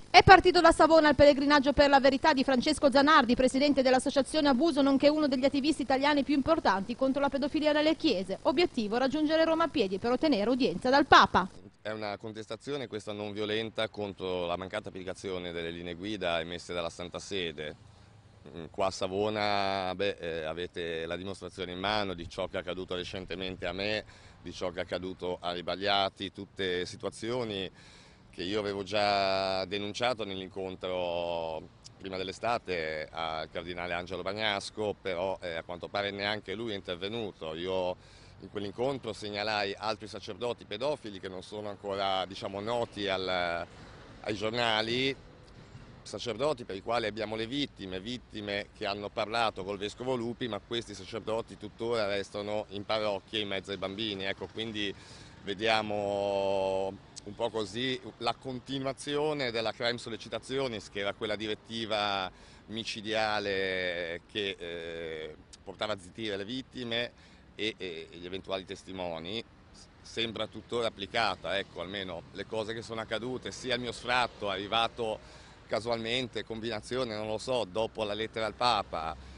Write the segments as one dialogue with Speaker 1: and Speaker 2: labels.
Speaker 1: È partito da Savona il pellegrinaggio per la verità di Francesco Zanardi, presidente dell'associazione Abuso, nonché uno degli attivisti italiani più importanti contro la pedofilia nelle chiese. Obiettivo: raggiungere Roma a piedi per ottenere udienza dal Papa.
Speaker 2: È una contestazione questa non violenta contro la mancata applicazione delle linee guida emesse dalla Santa Sede. Qua a Savona avete la dimostrazione in mano di ciò che è accaduto recentemente a me, di ciò che è accaduto a Ribagliati, tutte situazioni che io avevo già denunciato nell'incontro prima dell'estate al cardinale Angelo Bagnasco, però a quanto pare neanche lui è intervenuto. Io in quell'incontro segnalai altri sacerdoti pedofili che non sono ancora, diciamo, noti ai giornali, sacerdoti per i quali abbiamo le vittime che hanno parlato col vescovo Lupi, ma questi sacerdoti tuttora restano in parrocchia in mezzo ai bambini. Ecco, quindi vediamo un po' così la continuazione della crime sollecitationis, che era quella direttiva micidiale che portava a zittire le vittime e gli eventuali testimoni. Sembra tuttora applicata, ecco, almeno le cose che sono accadute, sia il mio sfratto arrivato casualmente, combinazione, non lo so, dopo la lettera al Papa,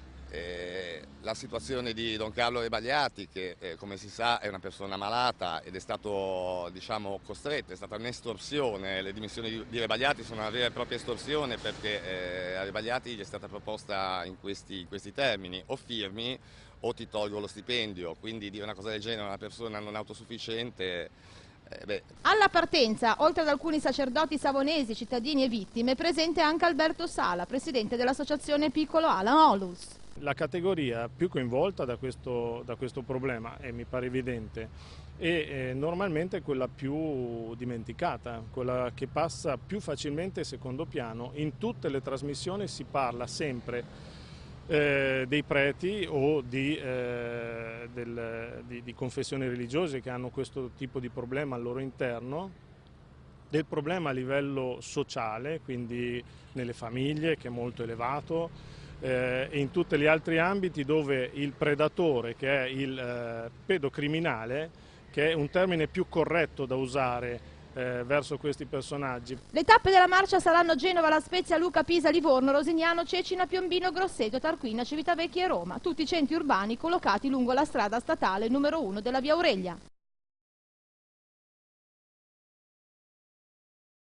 Speaker 2: la situazione di Don Carlo Rebagliati che come si sa è una persona malata ed è stato, diciamo, costretto, è stata un'estorsione, le dimissioni di Rebagliati sono una vera e propria estorsione, perché a Rebagliati gli è stata proposta in questi termini: o firmi o ti tolgo lo stipendio. Quindi dire una cosa del genere a una persona non autosufficiente.
Speaker 1: Alla partenza, oltre ad alcuni sacerdoti savonesi, cittadini e vittime, presente anche Alberto Sala, presidente dell'associazione Piccolo Alan Onlus.
Speaker 3: La categoria più coinvolta da questo problema, e mi pare evidente, è normalmente quella più dimenticata, quella che passa più facilmente in secondo piano. In tutte le trasmissioni si parla sempre dei preti o di confessioni religiose che hanno questo tipo di problema al loro interno, del problema a livello sociale, quindi nelle famiglie, che è molto elevato, e in tutti gli altri ambiti dove il predatore, che è il pedocriminale, che è un termine più corretto da usare verso questi personaggi.
Speaker 1: Le tappe della marcia saranno Genova, La Spezia, Lucca, Pisa, Livorno, Rosignano, Cecina, Piombino, Grosseto, Tarquinia, Civitavecchia e Roma, tutti centri urbani collocati lungo la strada statale numero 1 della via Aurelia.